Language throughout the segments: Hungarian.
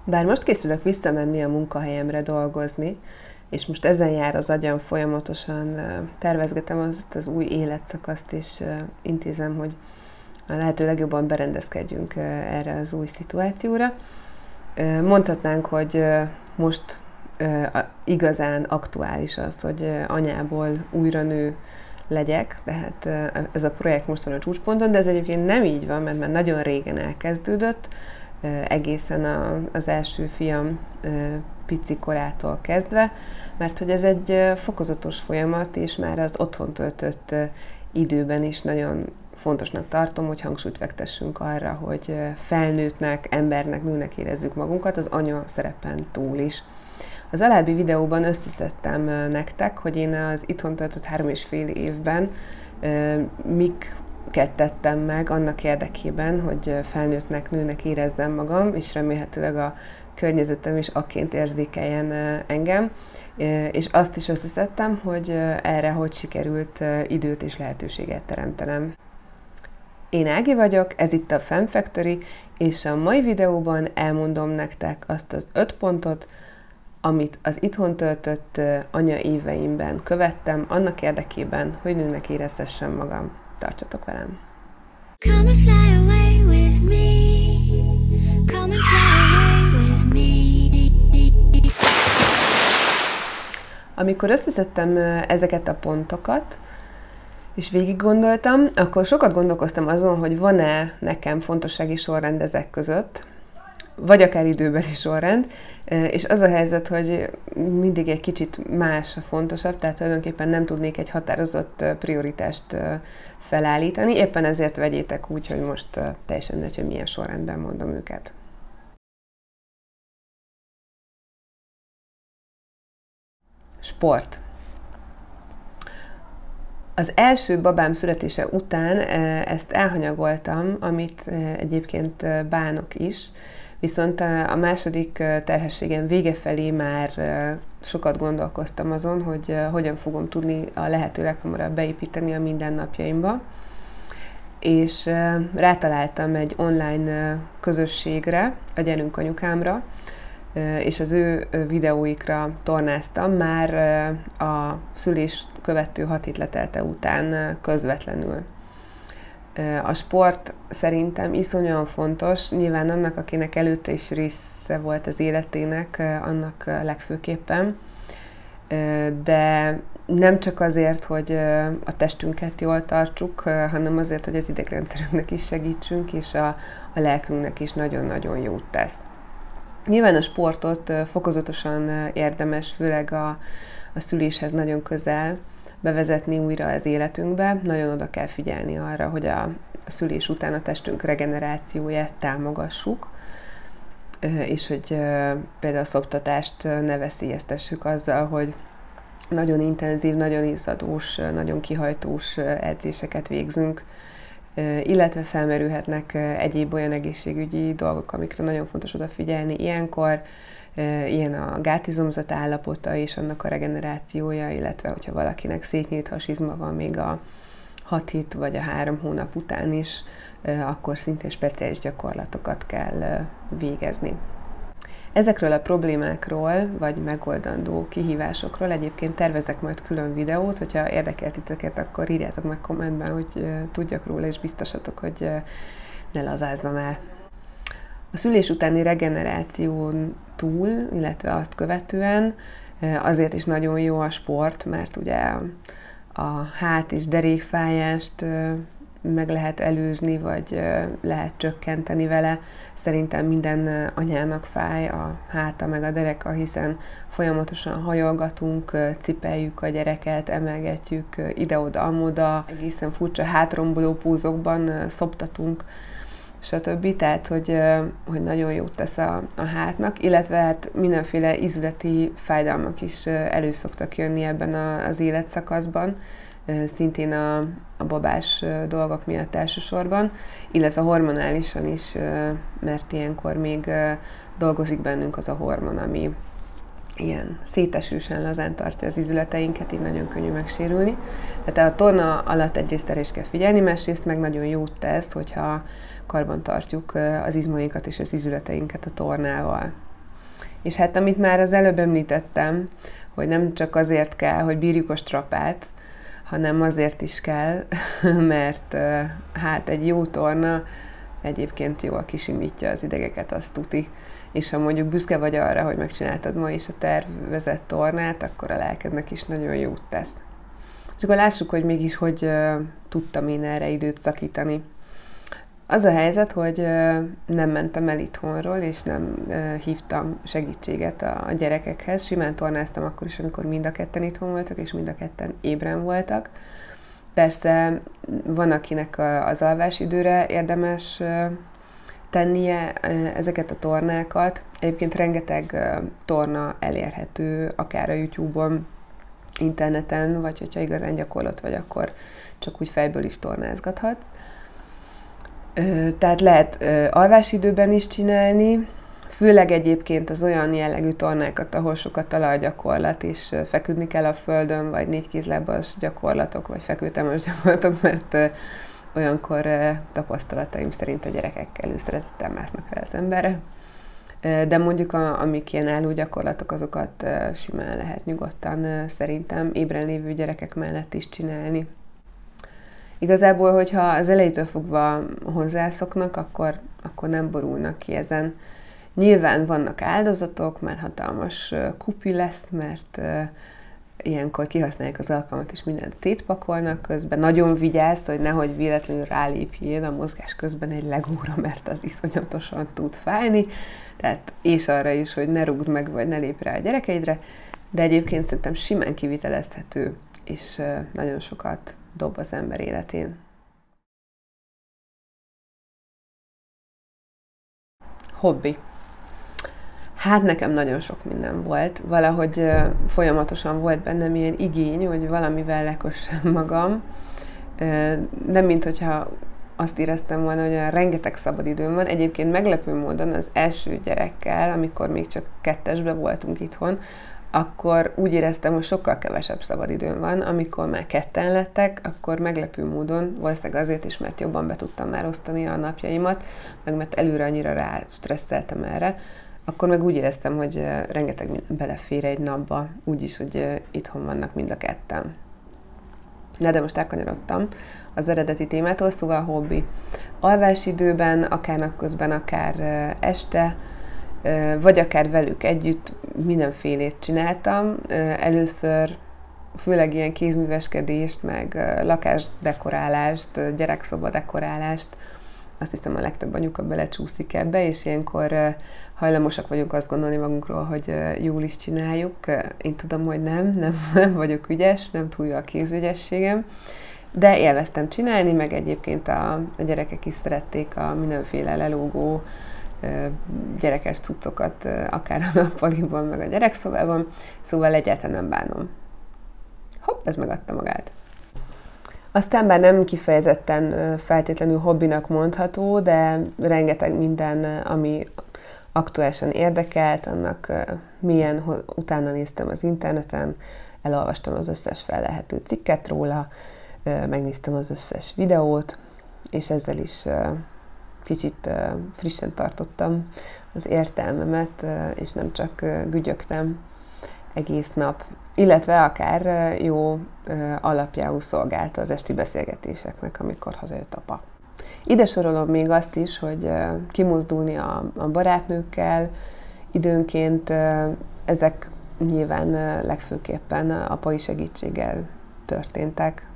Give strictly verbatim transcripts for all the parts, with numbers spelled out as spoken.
Bár most készülök visszamenni a munkahelyemre dolgozni, és most ezen jár az agyam folyamatosan, tervezgetem az, az új életszakaszt, és intézem, hogy a lehető legjobban berendezkedjünk erre az új szituációra. Mondhatnánk, hogy most igazán aktuális az, hogy anyából újra nő legyek, tehát ez a projekt most van a csúcsponton, de ez egyébként nem így van, mert már nagyon régen elkezdődött, egészen az első fiam pici korától kezdve, mert hogy ez egy fokozatos folyamat, és már az otthon töltött időben is nagyon fontosnak tartom, hogy hangsúlyt fektessünk arra, hogy felnőttnek, embernek, nőnek érezzük magunkat az anya szerepen túl is. Az alábbi videóban összeszedtem nektek, hogy én az itthon töltött három és fél évben miket tettem meg annak érdekében, hogy felnőttnek, nőnek érezzem magam, és remélhetőleg a környezetem is akként érzékeljen engem, és azt is összeszedtem, hogy erre hogy sikerült időt és lehetőséget teremtenem. Én Ági vagyok, ez itt a Fem Factory, és a mai videóban elmondom nektek azt az öt pontot, amit az itthon töltött anya éveimben követtem, annak érdekében, hogy nőnek érezhessem magam. Tartsatok velem! Come and fly away with me. Come and fly away with me. Amikor összeszedtem ezeket a pontokat, és végig gondoltam, akkor sokat gondolkoztam azon, hogy van-e nekem fontossági sorrend ezek között, vagy akár időbeli sorrend, és az a helyzet, hogy mindig egy kicsit más a fontosabb, tehát tulajdonképpen nem tudnék egy határozott prioritást felállítani, éppen ezért vegyétek úgy, hogy most teljesen mindegy, hogy milyen sorrendben mondom őket. Sport. Az első babám születése után ezt elhanyagoltam, amit egyébként bánok is, viszont a második terhességem vége felé már sokat gondolkoztam azon, hogy hogyan fogom tudni a lehető leghamarabb beépíteni a mindennapjaimba, és rátaláltam egy online közösségre, a Gyerünk Anyukámra, és az ő videóikra tornáztam már a szülés követő hat hét letelte után közvetlenül. A sport szerintem iszonyúan fontos, nyilván annak, akinek előtte is része volt az életének, annak legfőképpen, de nem csak azért, hogy a testünket jól tartsuk, hanem azért, hogy az idegrendszerünknek is segítsünk, és a, a lelkünknek is nagyon-nagyon jót tesz. Nyilván a sportot fokozatosan érdemes, főleg a, a szüléshez nagyon közel bevezetni újra az életünkbe. Nagyon oda kell figyelni arra, hogy a, a szülés után a testünk regenerációját támogassuk, és hogy például a szoptatást ne veszélyeztessük azzal, hogy nagyon intenzív, nagyon izzadós, nagyon kihajtós edzéseket végzünk, illetve felmerülhetnek egyéb olyan egészségügyi dolgok, amikre nagyon fontos odafigyelni ilyenkor, ilyen a gátizomzat állapota és annak a regenerációja, illetve hogyha valakinek szétnyílt hasizma van még a hat hét vagy a három hónap után is, akkor szintén speciális gyakorlatokat kell végezni. Ezekről a problémákról, vagy megoldandó kihívásokról egyébként tervezek majd külön videót, hogyha érdekel titeket, akkor írjátok meg kommentben, hogy tudjak róla, és biztosatok, hogy ne lazázzam el. A szülés utáni regeneráción túl, illetve azt követően azért is nagyon jó a sport, mert ugye a hát- és derékfájást meg lehet előzni, vagy lehet csökkenteni vele. Szerintem minden anyának fáj a háta meg a dereka, hiszen folyamatosan hajolgatunk, cipeljük a gyereket, emelgetjük ide-oda, amoda, egészen furcsa hátromboló pózokban szoptatunk, stb. Tehát, hogy, hogy nagyon jót tesz a, a hátnak, illetve hát mindenféle izületi fájdalmak is elő szoktak jönni ebben a, az életszakaszban, szintén a, a babás dolgok miatt elsősorban, illetve hormonálisan is, mert ilyenkor még dolgozik bennünk az a hormon, ami ilyen szétesősen lazán tartja az izületeinket, így nagyon könnyű megsérülni. Tehát a torna alatt egyrészt erre is kell figyelni, másrészt meg nagyon jót tesz, hogyha karban tartjuk az izmainkat és az izületeinket a tornával. És hát amit már az előbb említettem, hogy nem csak azért kell, hogy bírjuk a strapát, hanem azért is kell, mert hát egy jó torna egyébként jól kisimítja az idegeket, azt tuti. És ha mondjuk büszke vagy arra, hogy megcsináltad ma is a tervezett tornát, akkor a lelkednek is nagyon jót tesz. És akkor lássuk, hogy mégis hogy uh, tudtam én erre időt szakítani. Az a helyzet, hogy uh, nem mentem el itthonról, és nem uh, hívtam segítséget a, a gyerekekhez. Simán tornáztam akkor is, amikor mind a ketten itthon voltak, és mind a ketten ébren voltak. Persze van, akinek az alvásidőre érdemes uh, tennie uh, ezeket a tornákat. Egyébként rengeteg uh, torna elérhető, akár a YouTube-on, interneten, vagy hogyha igazán gyakorlott vagy, akkor csak úgy fejből is tornázgathatsz. Tehát lehet alvásidőben is csinálni, főleg egyébként az olyan jellegű tornákat, ahol sok a talajgyakorlat, és feküdni kell a földön, vagy négykézlábas gyakorlatok, vagy fekvőtámasz gyakorlatok, mert olyankor tapasztalataim szerint a gyerekek előszeretettel másznak fel az emberre. De mondjuk a, amik ilyen álló gyakorlatok, azokat simán lehet nyugodtan szerintem ébren lévő gyerekek mellett is csinálni. Igazából, hogyha az elejétől fogva hozzászoknak, akkor, akkor nem borulnak ki ezen. Nyilván vannak áldozatok, már hatalmas kupi lesz, mert ilyenkor kihasználják az alkalmat, és mindent szétpakolnak közben. Nagyon vigyázz, hogy nehogy véletlenül rálépjél a mozgás közben egy legóra, mert az iszonyatosan tud fájni. Tehát, és arra is, hogy ne rúgd meg, vagy ne lépj rá a gyerekeidre, de egyébként szerintem simán kivitelezhető, és nagyon sokat dob az ember életén. Hobbi. Hát nekem nagyon sok minden volt. Valahogy uh, folyamatosan volt bennem ilyen igény, hogy valamivel lekössem magam. Uh, nem mint hogyha azt éreztem volna, hogy olyan rengeteg szabadidőm van. Egyébként meglepő módon az első gyerekkel, amikor még csak kettesben voltunk itthon, akkor úgy éreztem, hogy sokkal kevesebb szabadidőm van. Amikor már ketten lettek, akkor meglepő módon, valószínűleg azért is, mert jobban be tudtam már osztani a napjaimat, meg mert előre annyira rá stresszeltem erre, akkor meg úgy éreztem, hogy rengeteg minden belefér egy napba, úgyis, hogy itthon vannak mind a ketten. Na, de most elkanyarodtam az eredeti témától, szóval hobbi. Alvásidőben, akár napközben, akár este, vagy akár velük együtt mindenfélét csináltam. Először főleg ilyen kézműveskedést, meg lakásdekorálást, gyerekszoba dekorálást. Azt hiszem, a legtöbb anyuka belecsúszik ebbe, és ilyenkor hajlamosak vagyunk azt gondolni magunkról, hogy jól is csináljuk. Én tudom, hogy nem, nem, nem vagyok ügyes, nem túl jó a kézügyességem, de élveztem csinálni, meg egyébként a, a gyerekek is szerették a mindenféle lelógó gyerekes cuccokat, akár a nappaliban, meg a gyerekszobában, szóval egyáltalán nem bánom. Hopp, ez megadta magát. Aztán bár nem kifejezetten feltétlenül hobbinak mondható, de rengeteg minden, ami aktuálisan érdekelt, annak milyen utána néztem az interneten, elolvastam az összes felelhető cikket róla, megnéztem az összes videót, és ezzel is kicsit frissen tartottam az értelmemet, és nem csak gügyögtem egész nap, illetve akár jó alapjául szolgálta az esti beszélgetéseknek, amikor hazajött apa. Ide sorolom még azt is, hogy kimozdulni a, a barátnőkkel időnként, ezek nyilván legfőképpen apai segítséggel történtek.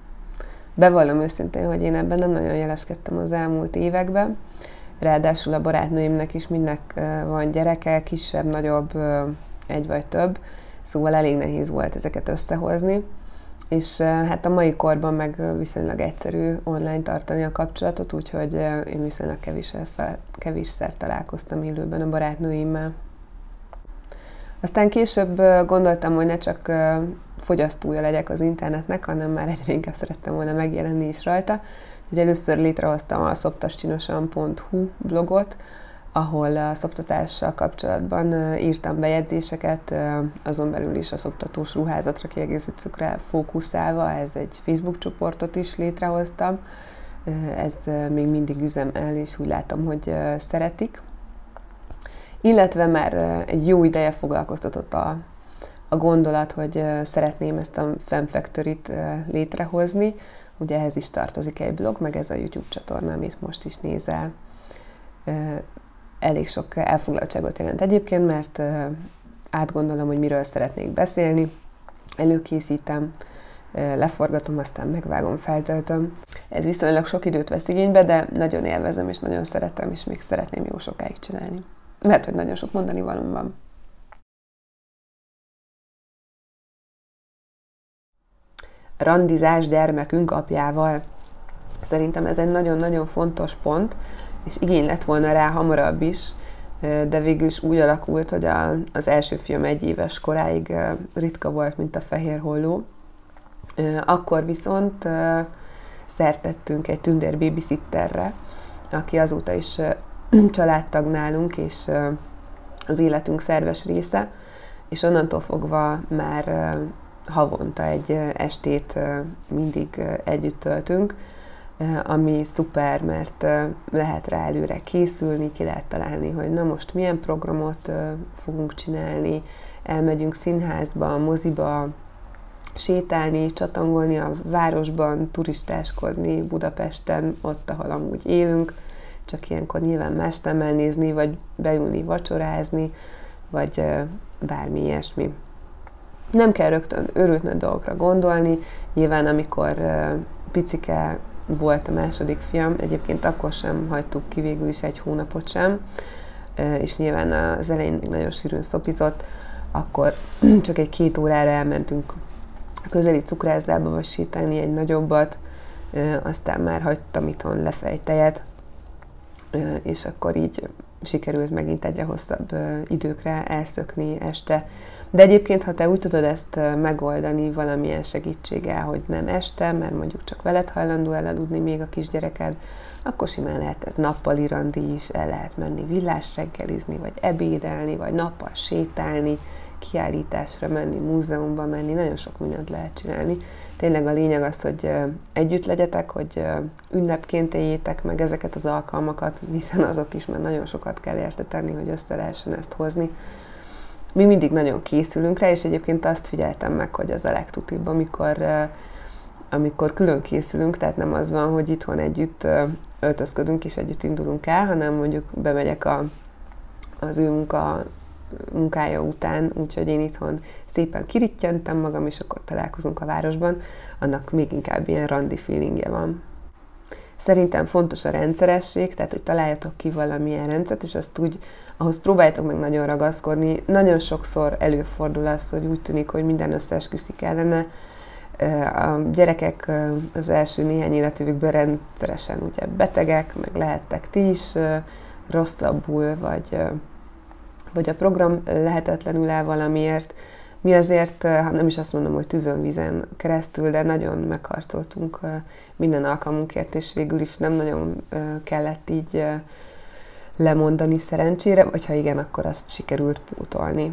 Bevallom őszintén, hogy én ebben nem nagyon jeleskedtem az elmúlt években, ráadásul a barátnőimnek is mindnek van gyereke, kisebb, nagyobb, egy vagy több, szóval elég nehéz volt ezeket összehozni, és hát a mai korban meg viszonylag egyszerű online tartani a kapcsolatot, úgyhogy én viszonylag kevésszer, kevésszer találkoztam élőben a barátnőimmel. Aztán később gondoltam, hogy ne csak fogyasztója legyek az internetnek, hanem már egyre inkább szerettem volna megjelenni is rajta. Úgyhogy először létrehoztam a szoptascsinosan pont hu blogot, ahol a szoptatással kapcsolatban írtam bejegyzéseket, azon belül is a szoptatós ruházatra, kiegészítőkre fókuszálva, ez egy Facebook csoportot is létrehoztam. Ez még mindig üzem el, és úgy látom, hogy szeretik. illetve már egy jó ideje foglalkoztatott a, a gondolat, hogy szeretném ezt a Fem Factory-t létrehozni. Ugye ehhez is tartozik egy blog, meg ez a YouTube csatorna, amit most is nézel. Elég sok elfoglaltságot jelent egyébként, mert átgondolom, hogy miről szeretnék beszélni, előkészítem, leforgatom, aztán megvágom, feltöltöm. Ez viszonylag sok időt vesz igénybe, de nagyon élvezem, és nagyon szeretem, és még szeretném jó sokáig csinálni. Mert hogy nagyon sok mondani valóm van. Randizás gyermekünk apjával. Szerintem ez egy nagyon-nagyon fontos pont, és igény lett volna rá hamarabb is, de végül is úgy alakult, hogy a, az első fiam egy éves koráig ritka volt, mint a fehér holló. Akkor viszont szert tettünk egy tündér babysitterre, aki azóta is családtag nálunk, és az életünk szerves része, és onnantól fogva már havonta egy estét mindig együtt töltünk, ami szuper, mert lehet rá előre készülni, ki lehet találni, hogy na most milyen programot fogunk csinálni, elmegyünk színházba, moziba, sétálni, csatangolni a városban, turistáskodni Budapesten, ott, ahol amúgy élünk, csak ilyenkor nyilván más szemmel nézni, vagy beülni vacsorázni, vagy bármi ilyesmi. Nem kell rögtön őrült nagy dolgokra gondolni, nyilván amikor picike volt a második fiam, egyébként akkor sem hagytuk ki végül is egy hónapot sem, és nyilván az elején még nagyon sűrűn szopizott, akkor csak egy két órára elmentünk a közeli cukrászdába, vagy sétálni egy nagyobbat, aztán már hagytam itthon lefejtejet, és akkor így sikerült megint egyre hosszabb időkre elszökni este. De egyébként, ha te úgy tudod ezt megoldani valamilyen segítséggel, hogy nem este, mert mondjuk csak veled hajlandó elaludni még a kisgyereked, akkor simán lehet ez nappali randi is, el lehet menni villás reggelizni, vagy ebédelni, vagy nappal sétálni, kiállításra menni, múzeumba menni, nagyon sok mindent lehet csinálni. Tényleg a lényeg az, hogy együtt legyetek, hogy ünnepként éljétek meg ezeket az alkalmakat, hiszen azok is már nagyon sokat kell érte tenni, hogy össze lehessen ezt hozni. Mi mindig nagyon készülünk rá, és egyébként azt figyeltem meg, hogy az a legtutibb, amikor, amikor külön készülünk, tehát nem az van, hogy itthon együtt öltözködünk és együtt indulunk el, hanem mondjuk bemegyek a, az ő munka, munkája után, úgyhogy én itthon szépen kirittyentem magam, és akkor találkozunk a városban, annak még inkább ilyen randi feelingje van. Szerintem fontos a rendszeresség, tehát hogy találjatok ki valamilyen rendszert, és azt úgy, ahhoz próbáljátok meg nagyon ragaszkodni. Nagyon sokszor előfordul az, hogy úgy tűnik, hogy minden összeesküszik ellene. A gyerekek az első néhány életévükben rendszeresen ugye betegek, meg lehettek ti is rosszabbul, vagy, vagy a program lehetetlenül el valamiért. Mi azért, ha nem is azt mondom, hogy tűzön vízen keresztül, de nagyon megharcoltunk minden alkalmunkért, és végül is nem nagyon kellett így lemondani szerencsére, vagy ha igen, akkor azt sikerült pótolni.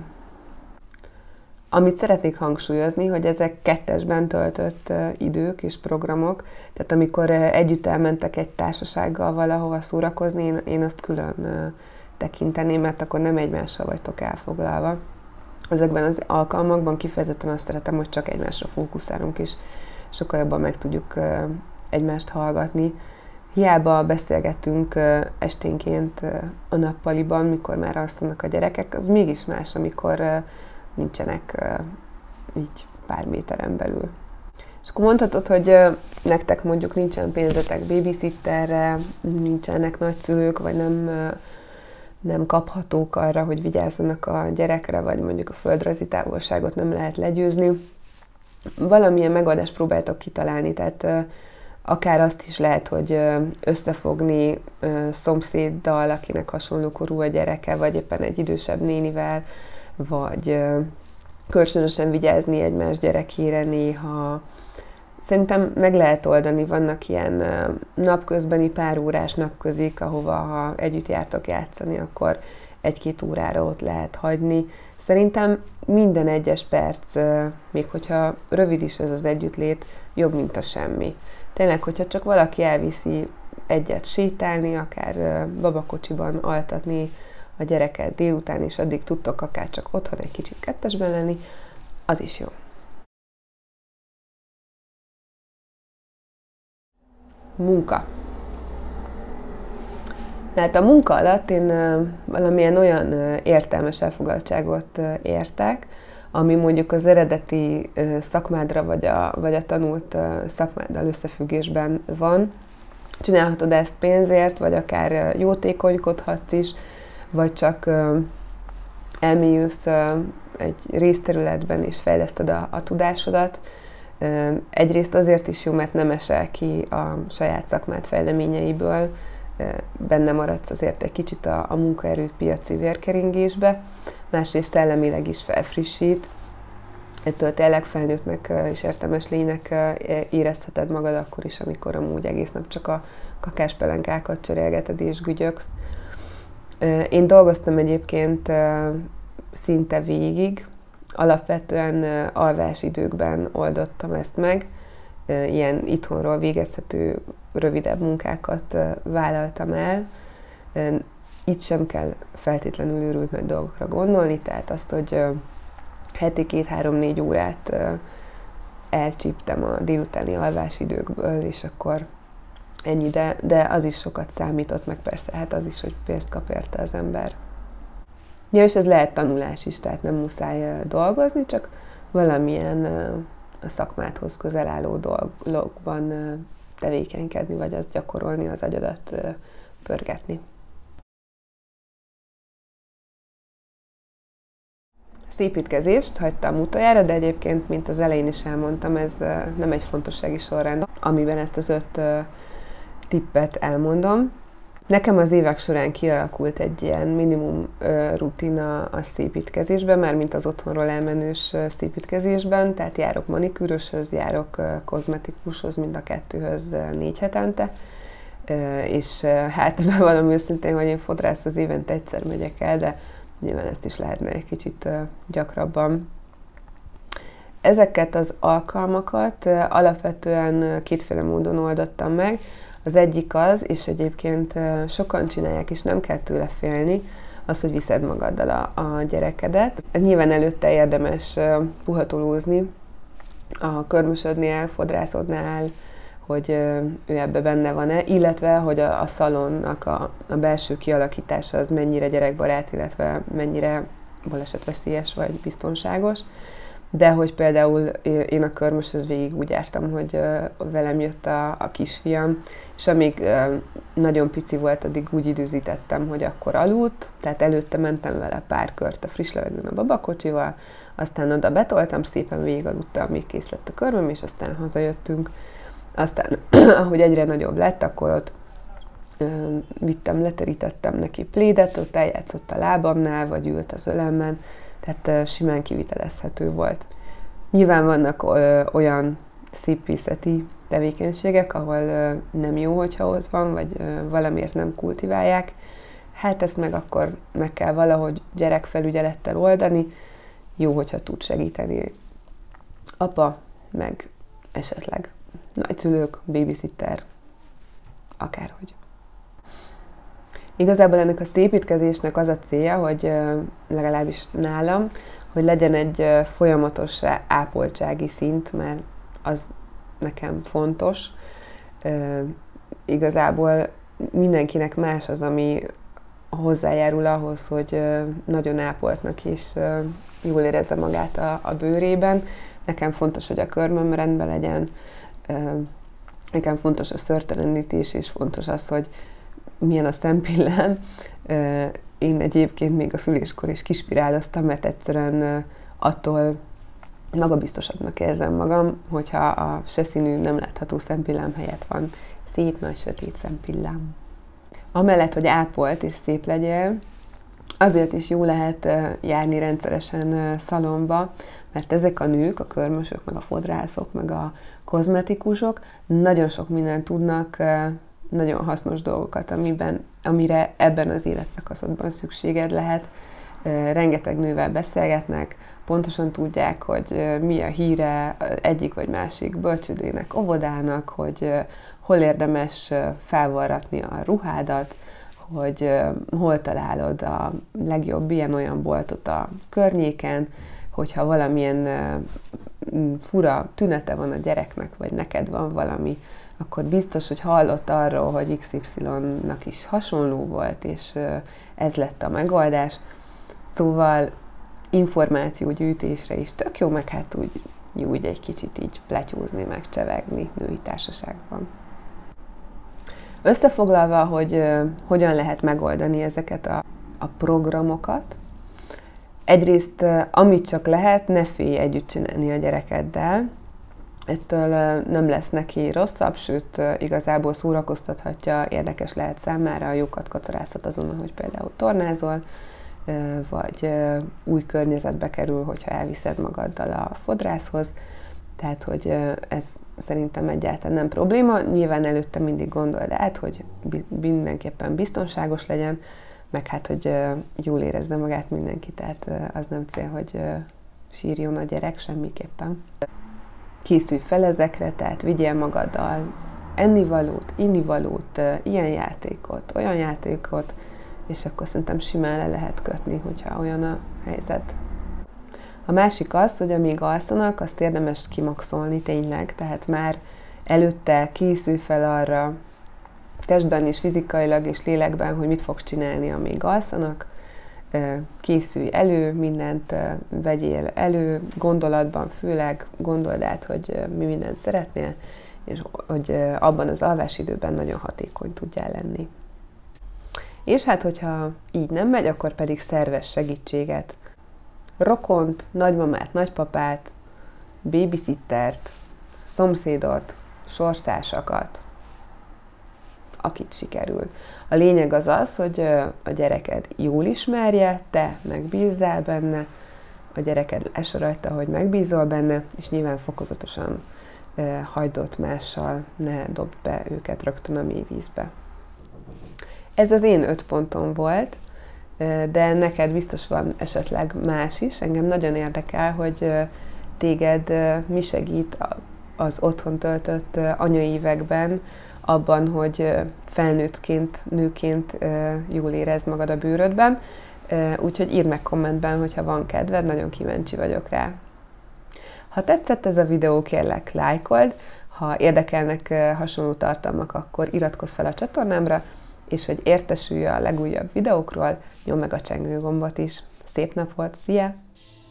Amit szeretnék hangsúlyozni, hogy ezek kettesben töltött idők és programok, tehát amikor együtt elmentek egy társasággal valahova szórakozni, én, én azt külön tekinteném, mert akkor nem egymással vagytok elfoglalva. Ezekben az alkalmakban kifejezetten azt szeretem, hogy csak egymásra fókuszálunk, és sokkal jobban meg tudjuk egymást hallgatni. Hiába beszélgetünk esténként a nappaliban, mikor már alszanak a gyerekek, az mégis más, amikor nincsenek így pár méteren belül. És akkor mondhatod, hogy nektek mondjuk nincsen pénzetek babysitterre, nincsenek nagyszülők, vagy nem, nem kaphatók arra, hogy vigyázzanak a gyerekre, vagy mondjuk a földrajzi távolságot nem lehet legyőzni. Valamilyen megoldást próbáltok kitalálni, tehát akár azt is lehet, hogy összefogni szomszéddal, akinek hasonló korú a gyereke, vagy éppen egy idősebb nénivel, vagy kölcsönösen vigyázni egymás gyerekére néha. Szerintem meg lehet oldani, vannak ilyen napközbeni pár órás napközik, ahova ha együtt jártok játszani, akkor egy-két órára ott lehet hagyni. Szerintem minden egyes perc, még hogyha rövid is ez az együttlét, jobb, mint a semmi. Tényleg, hogyha csak valaki elviszi egyet sétálni, akár babakocsiban altatni a gyereket délután, és addig tudtok akár csak otthon egy kicsit kettesben lenni, az is jó. Munka. Mert a munka alatt én valamilyen olyan értelmes elfoglaltságot értek, ami mondjuk az eredeti szakmádra vagy a, vagy a tanult szakmáddal összefüggésben van. Csinálhatod ezt pénzért, vagy akár jótékonykodhatsz is, vagy csak elmélyülsz egy részterületben és fejleszted a, a tudásodat. Egyrészt azért is jó, mert nem esel ki a saját szakmád fejleményeiből, benne maradsz azért egy kicsit a, a munkaerőpiaci vérkeringésbe, másrészt szellemileg is felfrissít, ettől tényleg felnőttnek és értelmes lénynek érezheted magad akkor is, amikor amúgy egész nap csak a kakáspelenkákat cserélgeted és gügyöksz. Én dolgoztam egyébként szinte végig, alapvetően alvásidőkben oldottam ezt meg, ilyen itthonról végezhető rövidebb munkákat vállaltam el. Itt sem kell feltétlenül őrült nagy dolgokra gondolni, tehát azt, hogy heti két-három-négy órát elcsíptem a délutáni alvásidőkből, és akkor ennyi, de, de az is sokat számított, meg persze, hát az is, hogy pénzt kap érte az ember. Ja, és ez lehet tanulás is, tehát nem muszáj dolgozni, csak valamilyen a szakmádhoz közel álló dolgokban tevékenykedni, vagy azt gyakorolni, az agyadat pörgetni. Szépítkezést hagytam utoljára, de egyébként, mint az elején is elmondtam, ez nem egy fontossági sorrend, amiben ezt az öt tippet elmondom. Nekem az évek során kialakult egy ilyen minimum rutina a szépítkezésben, már mint az otthonról elmenős szépítkezésben, tehát járok manikűröshöz, járok kozmetikushoz, mind a kettőhöz négy hetente, és hát bevallom őszintén, hogy én fodrászhoz évente egyszer megyek el, de nyilván ezt is lehetne egy kicsit gyakrabban. Ezeket az alkalmakat alapvetően kétféle módon oldottam meg. Az egyik az, és egyébként sokan csinálják, és nem kell tőle félni, az, hogy viszed magaddal a, a gyerekedet. Nyilván előtte érdemes puhatolózni a körmösödnél, fodrászodnál, hogy ő ebbe benne van-e, illetve, hogy a, a szalonnak a, a belső kialakítása az mennyire gyerekbarát, illetve mennyire balesetveszélyes vagy biztonságos. De hogy például én a körmöshöz végig úgy jártam, hogy velem jött a, a kisfiam, és amíg nagyon pici volt, addig úgy időzítettem, hogy akkor aludt, tehát előtte mentem vele pár kört a friss levegőn a babakocsival, aztán oda betoltam, szépen végig aludta, amíg kész lett a körmöm, és aztán hazajöttünk. Aztán, ahogy egyre nagyobb lett, akkor ott ö, vittem, leterítettem neki plédet, ott eljátszott a lábamnál, vagy ült az ölemben, tehát ö, simán kivitelezhető volt. Nyilván vannak ö, olyan szépészeti tevékenységek, ahol ö, nem jó, hogyha ott van, vagy ö, valamiért nem kultiválják. Hát ezt meg akkor meg kell valahogy gyerekfelügyelettel oldani. Jó, hogyha tud segíteni apa, meg esetleg nagyszülők, babysitter, akárhogy. Igazából ennek a szépítkezésnek az a célja, hogy legalábbis nálam, hogy legyen egy folyamatos ápoltsági szint, mert az nekem fontos. Igazából mindenkinek más az, ami hozzájárul ahhoz, hogy nagyon ápoltnak és jól érezze magát a, a bőrében. Nekem fontos, hogy a körmöm rendben legyen, nekem fontos a szőrtelenítés, és fontos az, hogy milyen a szempillám. Én egyébként még a szüléskor is kispiráloztam, mert egyszerűen attól magabiztosabbnak érzem magam, hogyha a se színű, nem látható szempillám helyett van szép, nagy, sötét szempillám. Amellett, hogy ápolt és szép legyél, azért is jó lehet járni rendszeresen szalonba, mert ezek a nők, a körmösök, meg a fodrászok, meg a kozmetikusok nagyon sok mindent tudnak, nagyon hasznos dolgokat, amiben, amire ebben az életszakaszodban szükséged lehet. Rengeteg nővel beszélgetnek, pontosan tudják, hogy mi a híre egyik vagy másik bölcsődének, óvodának, hogy hol érdemes felvarratni a ruhádat, hogy hol találod a legjobb ilyen-olyan boltot a környéken, hogyha valamilyen fura tünete van a gyereknek, vagy neked van valami, akkor biztos, hogy hallott arról, hogy iksz ipszilonnak is hasonló volt, és ez lett a megoldás. Szóval információgyűjtésre is tök jó, meg hát úgy, úgy egy kicsit így pletyózni, meg csevegni női társaságban. Összefoglalva, hogy hogyan lehet megoldani ezeket a, a programokat, egyrészt, amit csak lehet, ne félj együtt csinálni a gyerekeddel. Ettől nem lesz neki rosszabb, sőt, igazából szórakoztathatja, érdekes lehet számára, jókat kacarázhat azon, hogy például tornázol, vagy új környezetbe kerül, hogyha elviszed magaddal a fodrászhoz. Tehát, hogy ez szerintem egyáltalán nem probléma. Nyilván előtte mindig gondold át, hogy mindenképpen biztonságos legyen, meg hát, hogy jól érezze magát mindenki, tehát az nem cél, hogy sírjon a gyerek semmiképpen. Készülj fel ezekre, tehát vigyél magaddal ennivalót, innivalót, ilyen játékot, olyan játékot, és akkor szerintem simán le lehet kötni, hogyha olyan a helyzet. A másik az, hogy amíg alszanak, azt érdemes kimaxolni tényleg, tehát már előtte készülj fel arra, testben és fizikailag és lélekben, hogy mit fogsz csinálni, amíg alszanak. Készülj elő, mindent vegyél elő, gondolatban főleg gondold át, hogy mi mindent szeretnél, és hogy abban az alvásidőben nagyon hatékony tudjál lenni. És hát, hogyha így nem megy, akkor pedig szerves segítséget. Rokont, nagymamát, nagypapát, babysittert, szomszédot, sorstársakat, akit sikerül. A lényeg az az, hogy a gyereked jól ismerje, te megbízzál benne, a gyereked lássa rajta, hogy megbízol benne, és nyilván fokozatosan hagyd ott mással, ne dobd be őket rögtön a mély vízbe. Ez az én öt pontom volt, de neked biztos van esetleg más is. Engem nagyon érdekel, hogy téged mi segít az otthon töltött anyai években, abban, hogy felnőttként, nőként jól érezd magad a bőrödben. Úgyhogy írd meg kommentben, hogyha van kedved, nagyon kíváncsi vagyok rá. Ha tetszett ez a videó, kérlek, lájkold, ha érdekelnek hasonló tartalmak, akkor iratkozz fel a csatornámra, és hogy értesülj a legújabb videókról, nyomd meg a csengő gombot is. Szép nap volt, szia!